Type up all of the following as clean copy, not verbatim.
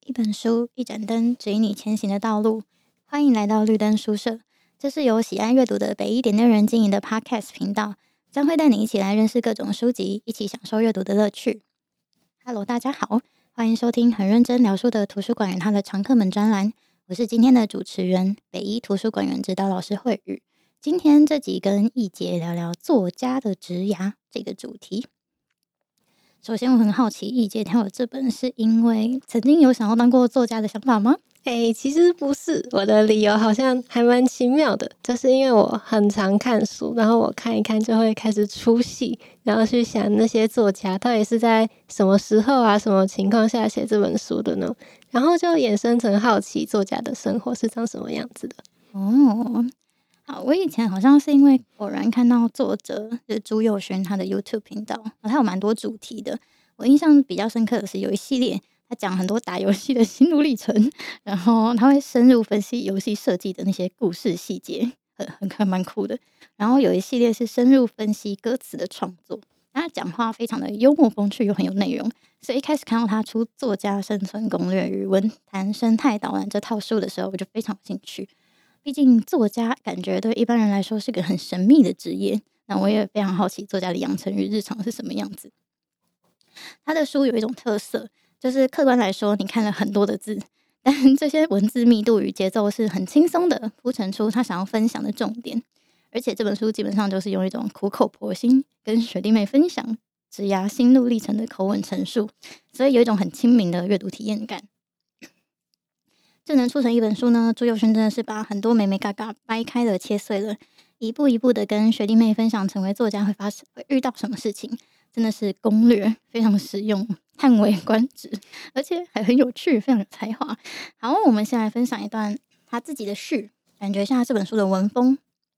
一本书，一盏灯，指引你前行的道路。欢迎来到绿灯书社，这是由喜爱阅读的北一点点人经营的 Podcast 频道，将会带你一起来认识各种书籍，一起享受阅读的乐趣。Hello， 大家好，欢迎收听很认真聊书的图书馆员他的常客们专栏。我是今天的主持人，北一图书馆员指导老师慧宇。今天这集跟易杰聊聊作家的职涯这个主题。首先我很好奇，易杰挑的这本是因为曾经有想要当过作家的想法吗？ 其实不是，我的理由好像还蛮奇妙的，就是因为我很常看书，然后我看一看就会开始出戏，然后去想那些作家到底是在什么时候啊、什么情况下写这本书的呢？然后就衍生成好奇作家的生活是长什么样子的。 好，我以前好像是因为偶然看到作者就是朱佑勋他的 YouTube 频道，他有蛮多主题的。我印象比较深刻的是有一系列他讲很多打游戏的心路历程，然后他会深入分析游戏设计的那些故事细节，很蛮酷的。然后有一系列是深入分析歌词的创作，他讲话非常的幽默风趣又很有内容，所以一开始看到他出《作家生存攻略与文坛生态导览》这套书的时候，我就非常有兴趣。毕竟作家感觉对一般人来说是个很神秘的职业，那我也非常好奇作家的养成与日常是什么样子。他的书有一种特色，就是客观来说你看了很多的字，但这些文字密度与节奏是很轻松的铺陈出他想要分享的重点，而且这本书基本上就是用一种苦口婆心跟学弟妹分享职涯心路历程的口吻陈述，所以有一种很亲民的阅读体验感。这能出成一本书呢，朱佑勋真的是把很多眉眉嘎嘎掰开了切碎了，一步一步的跟学弟妹分享成为作家会遇到什么事情，真的是攻略非常实用，叹为观止，而且还很有趣，非常有才华。好，我们先来分享一段他自己的序，感觉一下这本书的文风。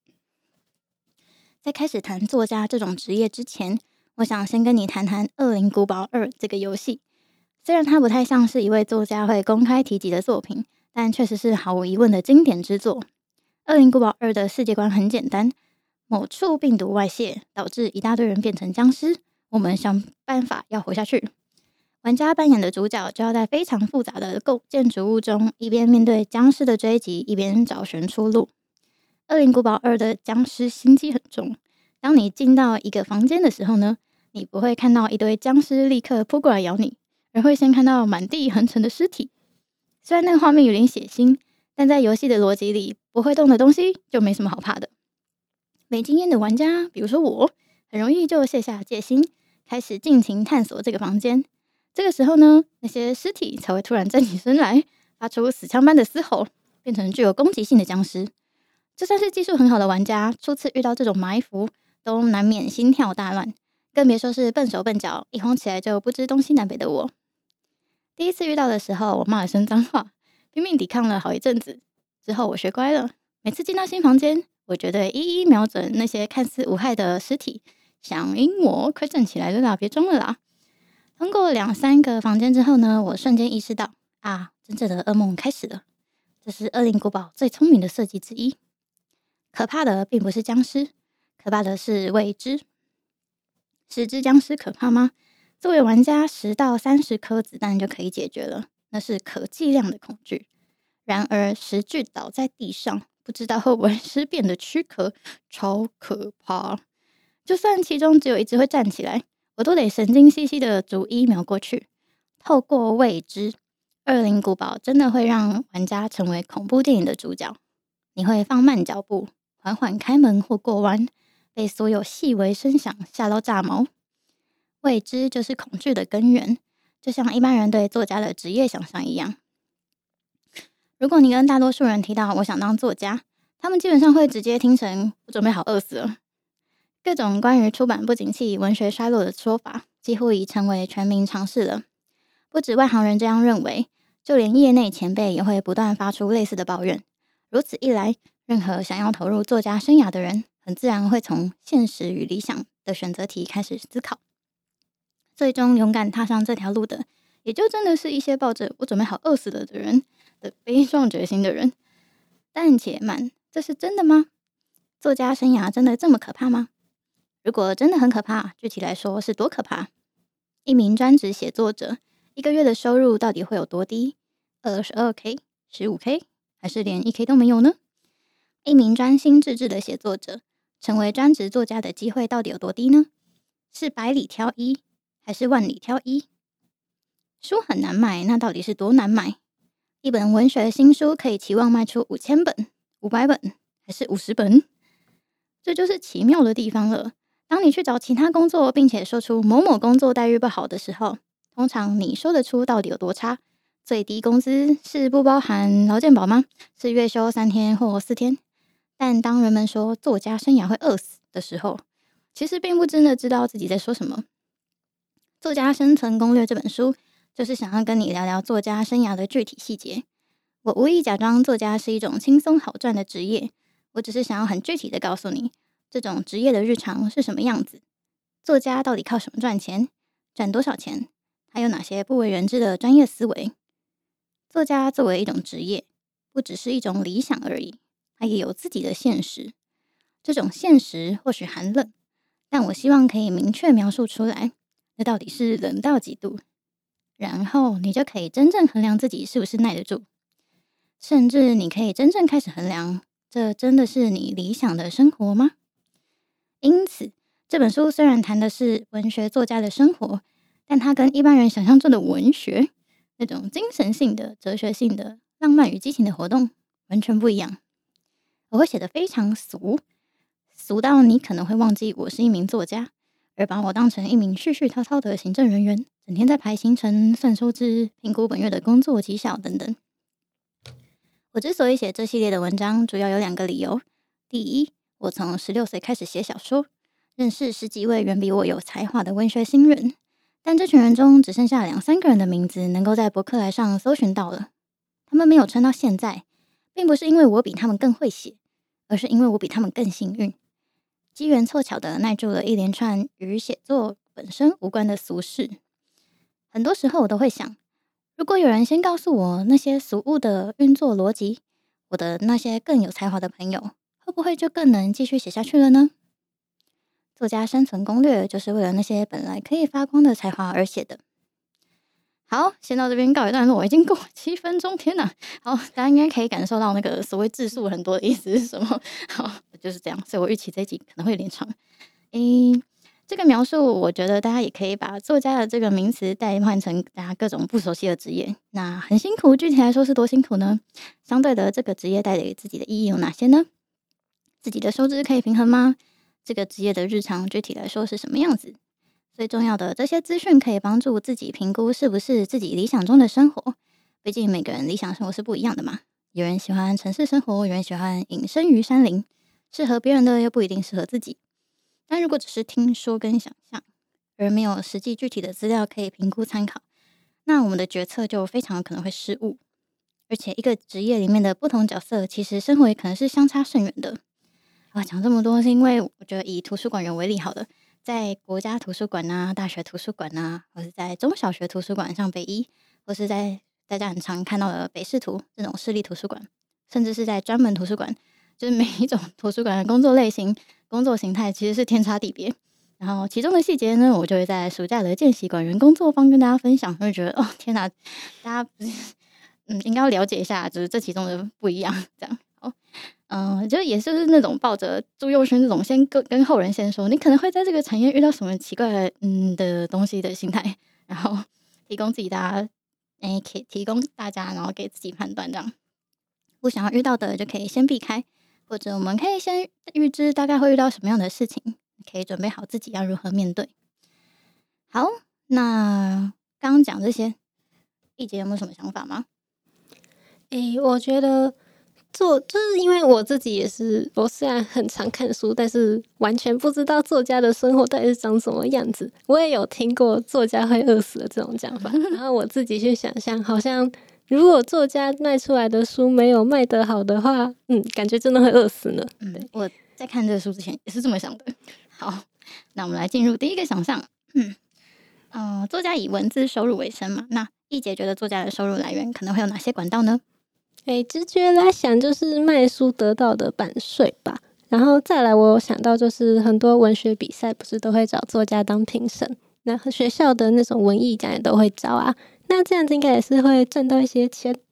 在开始谈作家这种职业之前，我想先跟你谈谈《恶灵古堡2》这个游戏。虽然它不太像是一位作家会公开提及的作品，但确实是毫无疑问的经典之作。《恶灵古堡2》的世界观很简单，某处病毒外泄，导致一大堆人变成僵尸，我们想办法要活下去。玩家扮演的主角就要在非常复杂的建筑物中，一边面对僵尸的追击，一边找寻出路。《恶灵古堡2》的僵尸心机很重，当你进到一个房间的时候呢，你不会看到一堆僵尸立刻扑过来咬你，而会先看到满地横陈的尸体。虽然那个画面有点血腥，但在游戏的逻辑里，不会动的东西就没什么好怕的。没经验的玩家，比如说我，很容易就卸下戒心，开始尽情探索这个房间。这个时候呢，那些尸体才会突然站起身来，发出死枪般的嘶吼，变成具有攻击性的僵尸。就算是技术很好的玩家，初次遇到这种埋伏，都难免心跳大乱，更别说是笨手笨脚，一慌起来就不知东西南北的我。第一次遇到的时候，我骂了声脏话，拼命抵抗了好一阵子。之后我学乖了，每次进到新房间，我绝对一一瞄准那些看似无害的尸体，想阴我快站起来了啦，别装了啦。通过2-3个房间之后呢，我瞬间意识到真正的噩梦开始了。这是恶灵古堡最聪明的设计之一。可怕的并不是僵尸，可怕的是未知。10只僵尸可怕吗？作为玩家，10到30颗子弹就可以解决了，那是可计量的恐惧。然而10具倒在地上，不知道会不会尸变的躯壳，超可怕。就算其中只有一只会站起来，我都得神经兮兮的逐一瞄过去。透过未知，恶灵古堡真的会让玩家成为恐怖电影的主角。你会放慢脚步，缓缓开门或过弯，被所有细微声响吓到炸毛。未知就是恐惧的根源，就像一般人对作家的职业想象一样。如果你跟大多数人提到我想当作家，他们基本上会直接听成我准备好饿死了。各种关于出版不景气、文学衰落的说法，几乎已成为全民常识了。不止外行人这样认为，就连业内前辈也会不断发出类似的抱怨。如此一来，任何想要投入作家生涯的人，很自然会从现实与理想的选择题开始思考。最终勇敢踏上这条路的，也就真的是一些抱着我准备好饿死了的人的悲壮决心的人。但且慢，这是真的吗？作家生涯真的这么可怕吗？如果真的很可怕，具体来说是多可怕？一名专职写作者，1个月的收入到底会有多低？ 22K、15K， 还是连1K 都没有呢？一名专心致志的写作者，成为专职作家的机会到底有多低呢？是百里挑一，还是万里挑一？书很难买，那到底是多难买？一本文学新书可以期望卖出5000本、500本，还是50本？这就是奇妙的地方了。当你去找其他工作，并且说出某某工作待遇不好的时候，通常你说得出到底有多差？最低工资是不包含劳健保吗？是月休3天或4天？但当人们说作家生涯会饿死的时候，其实并不真的知道自己在说什么。作家生存攻略这本书，就是想要跟你聊聊作家生涯的具体细节。我无意假装作家是一种轻松好赚的职业，我只是想要很具体的告诉你，这种职业的日常是什么样子。作家到底靠什么赚钱？赚多少钱？还有哪些不为人知的专业思维？作家作为一种职业，不只是一种理想而已，它也有自己的现实。这种现实或许寒冷，但我希望可以明确描述出来，那到底是冷到几度，然后你就可以真正衡量自己是不是耐得住，甚至你可以真正开始衡量，这真的是你理想的生活吗？因此，这本书虽然谈的是文学作家的生活，但它跟一般人想象中的文学那种精神性的、哲学性的、浪漫与激情的活动完全不一样。我会写得非常俗，俗到你可能会忘记我是一名作家，而把我当成一名絮絮叨叨的行政人员，整天在排行程、算收支、评估本月的工作绩效等等。我之所以写这系列的文章，主要有2个理由。第一，我从16岁开始写小说，认识10几位远比我有才华的文学新人，但这群人中只剩下2-3个人的名字能够在博客来上搜寻到了。他们没有撑到现在，并不是因为我比他们更会写，而是因为我比他们更幸运。机缘凑巧的耐住了一连串与写作本身无关的俗事。很多时候我都会想，如果有人先告诉我那些俗物的运作逻辑，我的那些更有才华的朋友会不会就更能继续写下去了呢？作家生存攻略就是为了那些本来可以发光的才华而写的。好，先到这边告一段落，我已经过了7分钟，天哪！好，大家应该可以感受到那个所谓字数很多的意思是什么。好，就是这样，所以我预期这一集可能会有点长。这个描述我觉得大家也可以把作家的这个名词代换成大家各种不熟悉的职业。那很辛苦，具体来说是多辛苦呢？相对的，这个职业带给自己的意义有哪些呢？自己的收支可以平衡吗？这个职业的日常具体来说是什么样子？最重要的，这些资讯可以帮助自己评估是不是自己理想中的生活。毕竟每个人理想生活是不一样的嘛。有人喜欢城市生活，有人喜欢隐身于山林，适合别人的又不一定适合自己。但如果只是听说跟想象，而没有实际具体的资料可以评估参考，那我们的决策就非常可能会失误。而且一个职业里面的不同角色，其实生活也可能是相差甚远的。讲这么多是因为我觉得以图书馆员为例好了，在国家图书馆啊、大学图书馆啊，或是在中小学图书馆，像北一，或是在大家很常看到的北市图这种市立图书馆，甚至是在专门图书馆，就是每一种图书馆的工作类型、工作形态其实是天差地别。然后其中的细节呢，我就会在暑假的见习馆员工作坊跟大家分享，会觉得哦天哪，大家应该要了解一下，就是这其中的不一样，这样。就也是那种抱着朱佑勋这种先跟后人先说，你可能会在这个产业遇到什么奇怪的东西的心态，然后提供提供大家，然后给自己判断，这样不想要遇到的就可以先避开，或者我们可以先预知大概会遇到什么样的事情，可以准备好自己要如何面对。好，那刚刚讲这些，一姐有没有什么想法吗？ 我觉得就是因为我自己也是，我虽然很常看书，但是完全不知道作家的生活到底是长什么样子。我也有听过作家会饿死的这种讲法，然后我自己去想象，好像如果作家卖出来的书没有卖得好的话，感觉真的会饿死呢。 我在看这个书之前也是这么想的。好，那我们来进入第一个想象。作家以文字收入为生嘛，那一姐觉得作家的收入来源可能会有哪些管道呢？ 直觉来想就是卖书得到的版税吧。然后再来我有想到就是很多文学比赛不是都会找作家当评审，那学校的那种文艺奖也都会找啊，那这样子应该也是会赚到一些钱。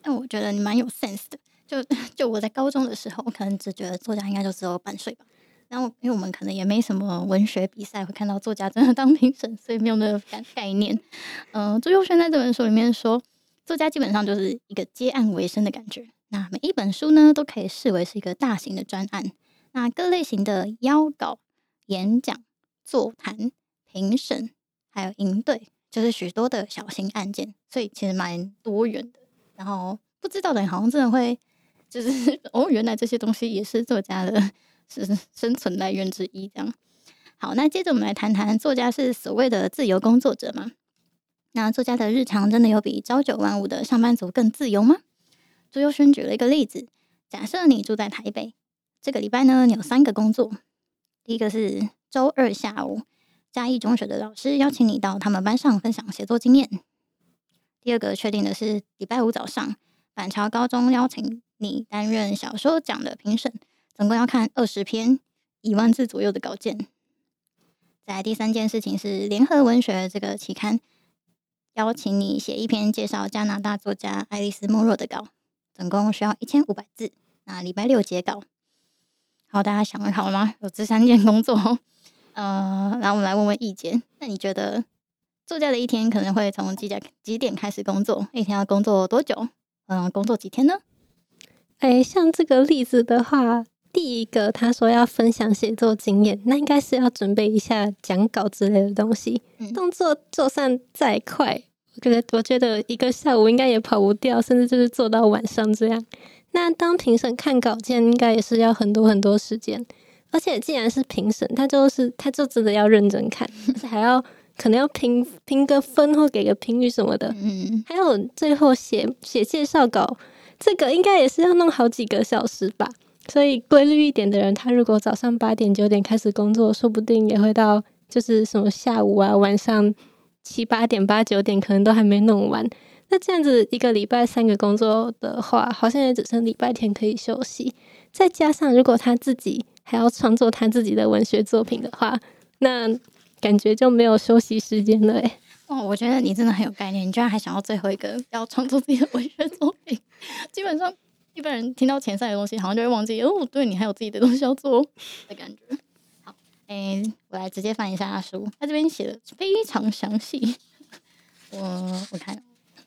但我觉得你蛮有 sense 的。就我在高中的时候，我可能只觉得作家应该就只有半岁吧。然后因为我们可能也没什么文学比赛会看到作家真的当评审，所以没有那个概念。朱佑轩在这本书里面说，作家基本上就是一个接案为生的感觉。那每一本书呢，都可以视为是一个大型的专案。那各类型的邀稿、演讲、座谈、评审，还有营队，就是许多的小型案件，所以其实蛮多元的。然后不知道的人好像真的会，就是原来这些东西也是作家的生存来源之一。这样好，那接着我们来谈谈作家是所谓的自由工作者吗？那作家的日常真的有比朝九晚五的上班族更自由吗？朱佑轩举了一个例子，假设你住在台北，这个礼拜呢，你有3个工作。第一个是周二下午，嘉义中学的老师邀请你到他们班上分享写作经验。第二个确定的是礼拜五早上，板桥高中邀请你担任小说奖的评审，总共要看20篇1万字左右的稿件。再来第3件事情是联合文学这个期刊邀请你写一篇介绍加拿大作家爱丽丝莫若的稿，总共需要1500字，那礼拜六截稿。好，大家想好了吗？有这3件工作。然后我们来问问意见。那你觉得作家的一天可能会从几点开始工作？一天要工作多久？工作几天呢？ 像这个例子的话，第一个他说要分享写作经验，那应该是要准备一下讲稿之类的东西。动作就算再快，我觉得1个下午应该也跑不掉，甚至就是做到晚上这样。那当评审看稿件，应该也是要很多很多时间。而且既然是评审，他就真的要认真看，而且还要可能要评个分或给个评语什么的。还有最后写介绍稿，这个应该也是要弄好几个小时吧。所以规律一点的人，他如果早上8点9点开始工作，说不定也会到就是什么下午啊晚上7、8点8、9点可能都还没弄完。那这样子一个礼拜3个工作的话，好像也只剩礼拜天可以休息。再加上如果他自己还要创作他自己的文学作品的话，那感觉就没有休息时间了耶。 我觉得你真的很有概念，你居然还想要最后一个要创作自己的文学作品。基本上一般人听到前3个东西好像就会忘记对，你还有自己的东西要做的感觉。好，我来直接翻一下书，他这边写的非常详细。我看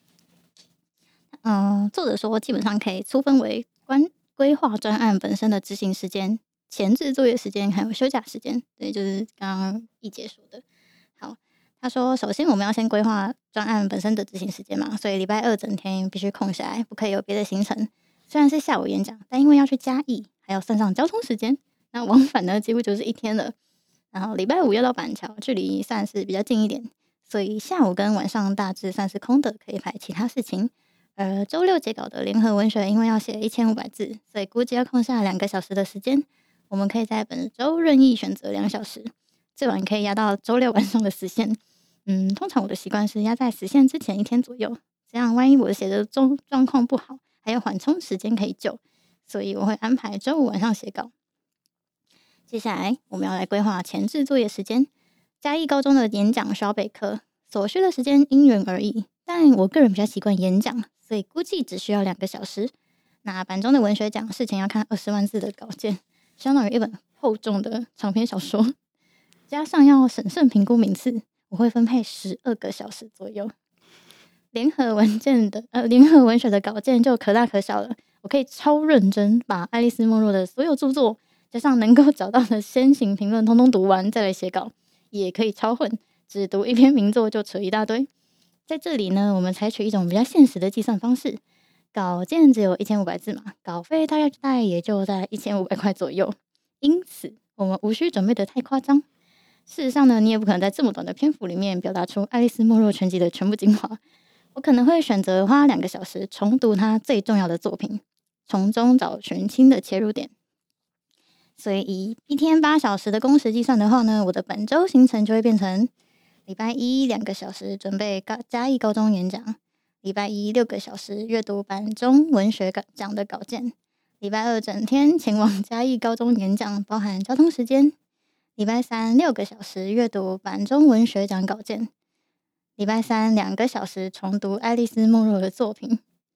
作者说基本上可以粗分为规划专案本身的执行时间、前置作业时间还有休假时间。对，就是刚刚易姐说的。好，他说首先我们要先规划专案本身的执行时间嘛，所以礼拜2整天必须空下来，不可以有别的行程。虽然是下午演讲，但因为要去嘉义，还要算上交通时间，那往返呢几乎就是1天了。然后礼拜5要到板桥，距离算是比较近一点，所以下午跟晚上大致算是空的，可以排其他事情。周6截稿的联合文学，因为要写1500字，所以估计要空下2个小时的时间。我们可以在本周任意选择2小时，最晚可以压到周6晚上的时限。通常我的习惯是压在时限之前1天左右，这样万一我写的状况不好，还有缓冲时间可以救，所以我会安排周5晚上写稿。接下来我们要来规划前置作业时间。嘉义高中的演讲需要备课，所需的时间因人而异，但我个人比较习惯演讲，所以估计只需要2个小时。那版中的文学奖事前要看20万字的稿件，相当于一本厚重的长篇小说，加上要审慎评估名次，我会分配12个小时左右。联合文学的稿件就可大可小了，我可以超认真把爱丽丝梦若的所有著作加上能够找到的先行评论通通读完再来写稿，也可以超混，只读1篇名作就扯一大堆。在这里呢，我们采取一种比较现实的计算方式，稿件只有1500字嘛，稿费大概也就在1500块左右，因此我们无需准备的太夸张。事实上呢，你也不可能在这么短的篇幅里面表达出爱丽丝梦若全集的全部精华。我可能会选择花2个小时重读她最重要的作品，从中找寻新的切入点。所以以1天8小时的工时计算的话呢，我的本周行程就会变成礼拜1 2个小时准备嘉义高中演讲，礼拜1 6个小时阅读版中文学奖的稿件，礼拜2整天前往嘉义高中演讲，包含交通时间，礼拜3 6个小时阅读版中文学奖稿件，礼拜3 2个小时重读爱丽丝梦若的作品，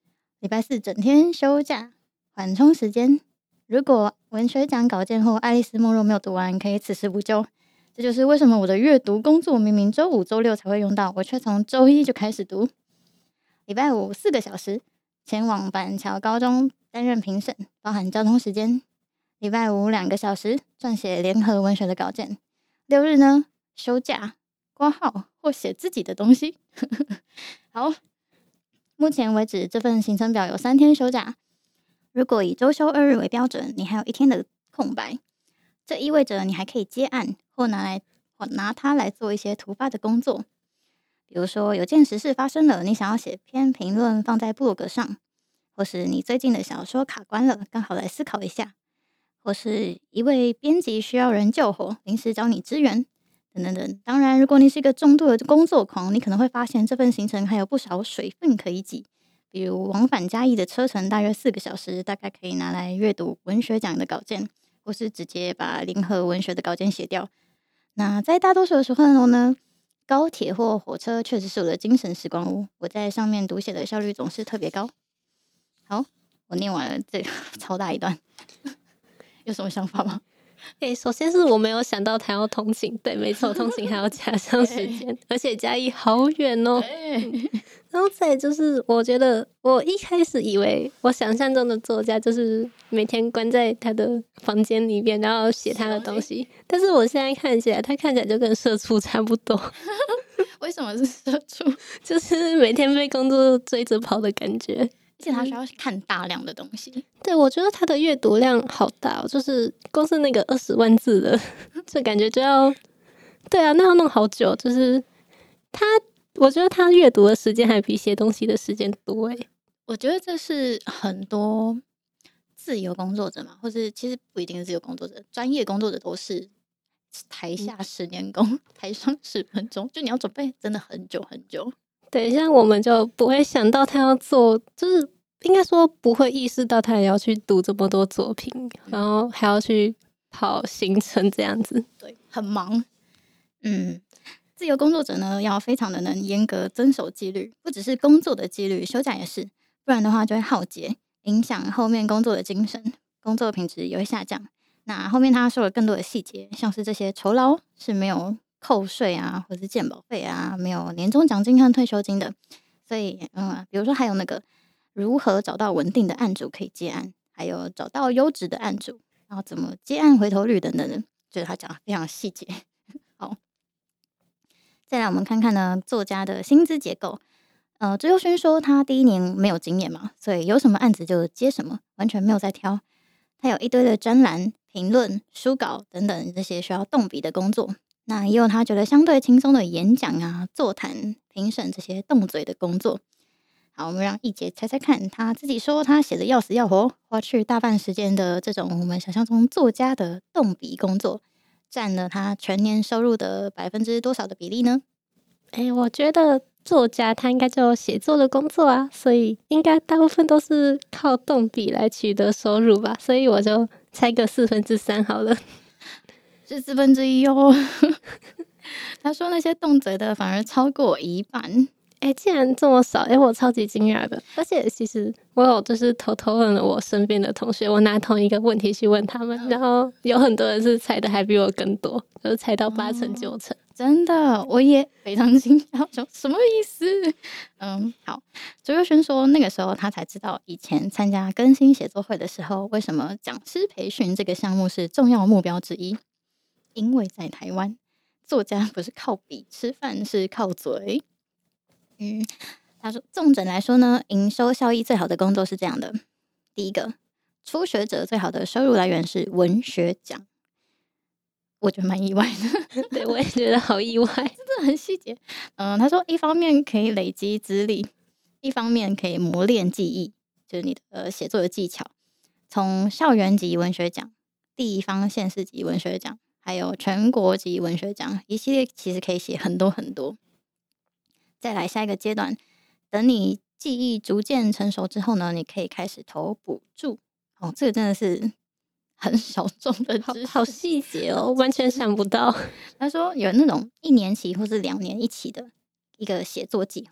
礼拜四整天休假，缓冲时间。如果文学奖稿件或《爱丽丝梦若》没有读完，可以此时补救。这就是为什么我的阅读工作明明周五、周六才会用到，我却从周一就开始读。礼拜五4个小时，前往板桥高中担任评审，包含交通时间。礼拜五2个小时，撰写联合文学的稿件。6日呢，休假、挂号或写自己的东西。好，目前为止这份行程表有3天休假。如果以周休2日为标准，你还有1天的空白，这意味着你还可以接案或拿它来做一些突发的工作。比如说有件时事发生了，你想要写篇评论放在部落格上，或是你最近的小说卡关了，刚好来思考一下，或是一位编辑需要人救火，临时找你支援，等等等。当然，如果你是一个重度的工作狂，你可能会发现这份行程还有不少水分可以挤。比如往返嘉义的车程大约4个小时，大概可以拿来阅读文学奖的稿件，或是直接把联合文学的稿件写掉。那在大多数的时候呢，高铁或火车确实是我的精神时光屋，我在上面读写的效率总是特别高。好，我念完了这个超大一段，有什么想法吗？ 首先是我没有想到他要通勤，对，没错，通勤还要加上时间，而且嘉义好远哦。然后再就是我觉得我一开始以为我想象中的作家就是每天关在他的房间里面，然后写他的东西，但是我现在看起来他看起来就跟社畜差不多。 为什么是社畜？ 就是每天被工作追着跑的感觉， 而且他需要看大量的东西。 对，我觉得他的阅读量好大哦，就是光是那个20万字的，就感觉就要，对啊，那要弄好久。就是我觉得他阅读的时间还比写东西的时间多诶。 我觉得这是很多自由工作者嘛，或是其实不一定是自由工作者，专业工作者都是台下10年功，台上10分钟，就你要准备真的很久很久。 对，像我们就不会想到他要做，就是应该说不会意识到他也要去读这么多作品，然后还要去跑行程这样子。 对，很忙。自由工作者呢，要非常的能严格遵守纪律，不只是工作的纪律，休假也是，不然的话就会耗竭，影响后面工作的精神，工作品质也会下降。那后面他说了更多的细节，像是这些酬劳是没有扣税啊，或是健保费啊，没有年终奖金和退休金的。所以比如说还有那个如何找到稳定的案主可以接案，还有找到优质的案主，然后怎么接案回头率等等的，就是他讲的非常细节。好，再来我们看看呢作家的薪资结构。周佑勋说他第1年没有经验嘛，所以有什么案子就接什么，完全没有在挑。他有一堆的专栏、评论、书稿等等这些需要动笔的工作，那也有他觉得相对轻松的演讲啊、座谈、评审这些动嘴的工作。好，我们让易杰猜猜看，他自己说他写的要死要活，花去大半时间的这种我们想象中作家的动笔工作，占了他全年收入的%多少的比例呢？ 我觉得作家他应该就有写作的工作啊，所以应该大部分都是靠动笔来取得收入吧，所以我就猜个3/4好了。 是1/4哦。他说那些动嘴的反而超过1半。 既然这么少，我超级惊讶的。而且其实我有就是偷偷问了我身边的同学，我拿同一个问题去问他们，然后有很多人是猜的还比我更多，就是猜到8成9成。 真的，我也非常惊讶，说什么意思？好，周佑勋说那个时候他才知道，以前参加更新写作会的时候，为什么讲师培训这个项目是重要目标之一。因为在台湾，作家不是靠笔吃饭，是靠嘴。他说，纵整来说呢，营收效益最好的工作是这样的：第一个，初学者最好的收入来源是文学奖。我觉得蛮意外的。 对，我也觉得好意外， 真的很细节。他说一方面可以累积资历，一方面可以磨练技艺，就是你的写作的技巧。从校园级文学奖、地方县市级文学奖，还有全国级文学奖，一系列其实可以写很多很多。再来下一个阶段，等你技艺逐渐成熟之后呢，你可以开始投补助。这个真的是很小众的知识， 好细节哦，完全想不到。 他说有那种1年期或是2年一期的一个写作计划，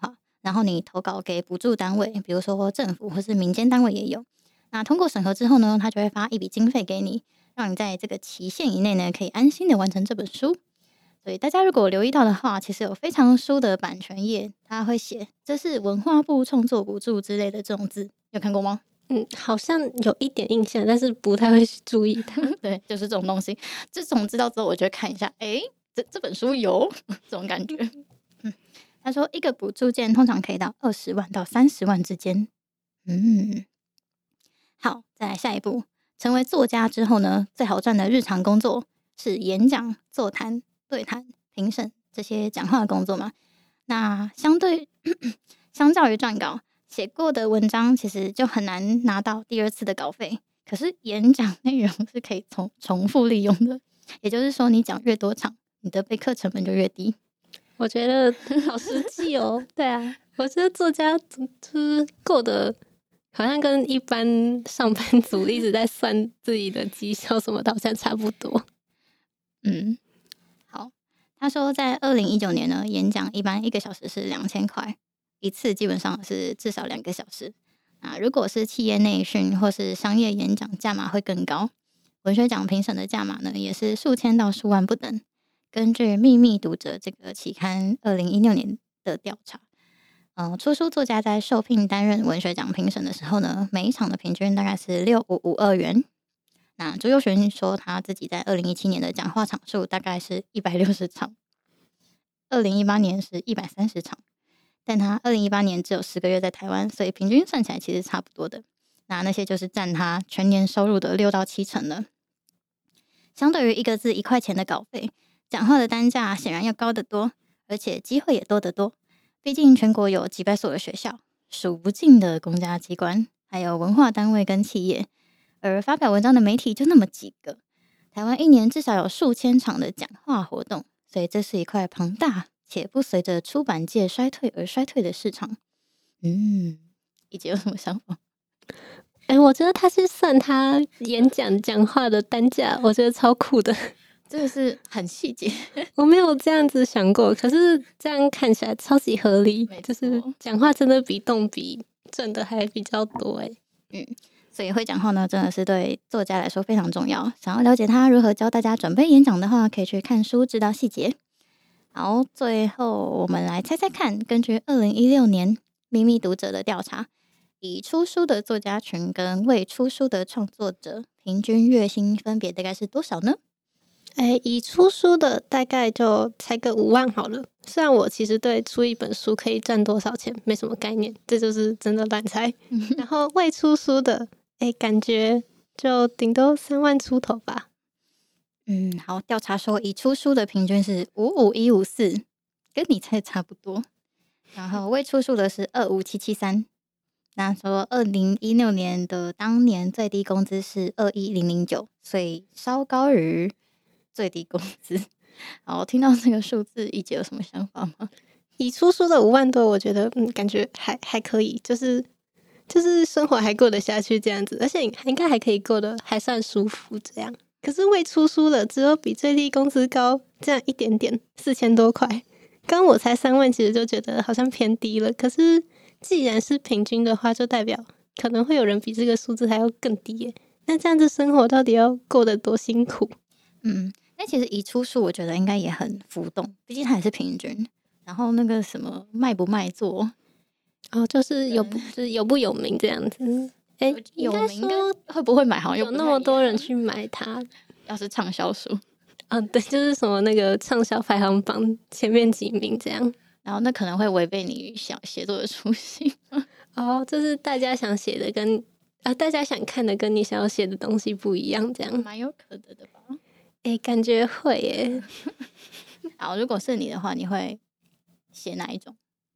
然后你投稿给补助单位，比如说政府或是民间单位也有。那通过审核之后呢，他就会发一笔经费给你，让你在这个期限以内呢，可以安心的完成这本书。所以大家如果留意到的话，其实有非常书的版权页，它会写这是文化部创作补助之类的这种字，有看过吗？ 好像有一点印象，但是不太会去注意它。 对，就是这种东西。这种知道之后，我就会看一下，这本书有这种感觉。他说一个补助件通常可以到20万到30万之间。好，再来下一步。成为作家之后呢，最好赚的日常工作是演讲、座谈、对谈、评审这些讲话的工作嘛。那相较于撰稿，写过的文章其实就很难拿到第二次的稿费。可是演讲内容是可以重复利用的，也就是说，你讲越多场，你的备课成本就越低。 我觉得好实际哦。对啊，我觉得作家就是过得好像跟一般上班族一直在算自己的绩效什么的，好像差不多。 好，他说在2019年呢，演讲一般1个小时是2000块，一次基本上是至少2个小时。如果是企业内训或是商业演讲，价码会更高。文学奖评审的价码呢，也是数千到数万不等。根据《秘密读者》这个期刊2016年的调查，出书作家在受聘担任文学奖评审的时候呢，每一场的平均大概是6552元。那朱佑璇说他自己在2017年的讲话场数大概是160场，2018年是130场，但他2018年只有10个月在台湾，所以平均算起来其实差不多的。那些就是占他全年收入的6到7成了。相对于1个字1块钱的稿费，讲话的单价显然要高得多，而且机会也多得多。毕竟全国有几百所的学校，数不尽的公家机关，还有文化单位跟企业，而发表文章的媒体就那么几个。台湾一年至少有数千场的讲话活动，所以这是一块庞大且不随着出版界衰退而衰退的市场。以及有什么想法？ 我觉得他是算他演讲话的单价，我觉得超酷的。 真的是很细节， 我没有这样子想过，可是这样看起来超级合理，就是讲话真的比动笔赚的还比较多所以会讲话呢，真的是对作家来说非常重要。想要了解他如何教大家准备演讲的话，可以去看书知道细节。好，最后我们来猜猜看，根据2016年秘密读者的调查，已出书的作家群跟未出书的创作者平均月薪分别大概是多少呢？ 已出书的大概就才个5万好了。虽然我其实对出一本书可以赚多少钱没什么概念，这就是真的乱猜。然后未出书的，感觉就顶多3万出头吧。 好，调查说已出书的平均是55154，跟你猜的差不多。然后未出书的是25773。那说2016年的当年最低工资是21009，所以稍高于最低工资。好，听到这个数字，一姐有什么想法吗？ 已出书的5万多，我觉得感觉还可以，就是生活还过得下去这样子，而且应该还可以过得还算舒服这样。可是未出书的只有比最低工资高这样一点点，4000多块。刚我才3万，其实就觉得好像偏低了。可是既然是平均的话，就代表可能会有人比这个数字还要更低耶。那这样子生活到底要过得多辛苦？ 那其实已出书，我觉得应该也很浮动，毕竟它也是平均。然后那个什么卖不卖座， 就是有不有名这样子。 有名应该会不会买，好像有那么多人去买它。 要是畅销书， 对，就是什么那个畅销排行榜前面几名这样。 然后那可能会违背你想写作的初心。 就是大家想写的跟大家想看的跟你想要写的东西不一样，这样蛮有可能的吧？ 感觉会耶。 好，如果是你的话，你会写哪一种？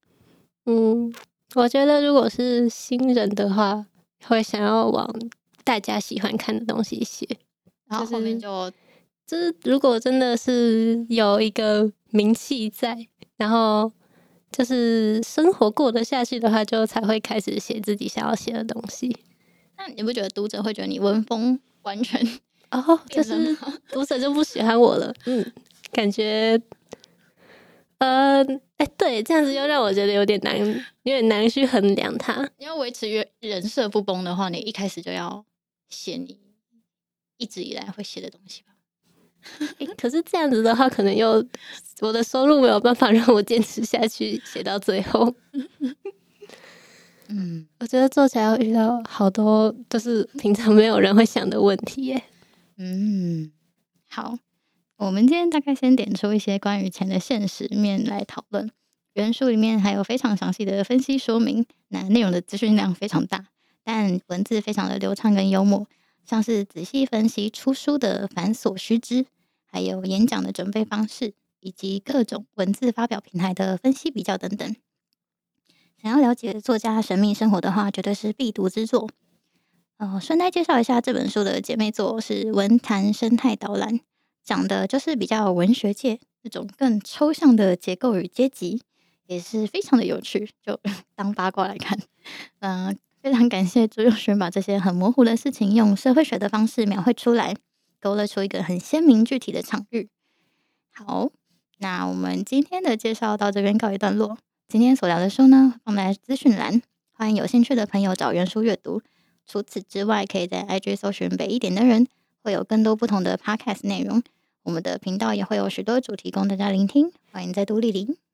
我觉得如果是新人的话，会想要往大家喜欢看的东西写， 然后后面就是如果真的是有一个名气在，然后就是生活过得下去的话，就才会开始写自己想要写的东西。 那你不觉得读者会觉得你文风完全就是读者就不喜欢我了？感觉对，这样子又让我觉得有点难去衡量它。 你要维持人设不崩的话，你一开始就要写你一直以来会写的东西吧。 可是这样子的话，可能又我的收入没有办法让我坚持下去写到最后。我觉得做起来要遇到好多就是平常没有人会想的问题耶。 好，我们今天大概先点出一些关于钱的现实面来讨论。原书里面还有非常详细的分析说明，那内容的资讯量非常大，但文字非常的流畅跟幽默，像是仔细分析出书的繁琐须知，还有演讲的准备方式，以及各种文字发表平台的分析比较等等。想要了解作家神秘生活的话，绝对是必读之作。顺带介绍一下这本书的姐妹作是文坛生态导览，讲的就是比较文学界那种更抽象的结构与阶级，也是非常的有趣，就当八卦来看。非常感谢朱佑轩把这些很模糊的事情用社会学的方式描绘出来，勾勒出一个很鲜明具体的场域。好，那我们今天的介绍到这边告一段落。今天所聊的书呢，放在资讯栏，欢迎有兴趣的朋友找原书阅读。除此之外，可以在 IG 搜寻北一点的人，会有更多不同的 Podcast 内容。我们的频道也会有许多主题供大家聆听，欢迎再度莅临。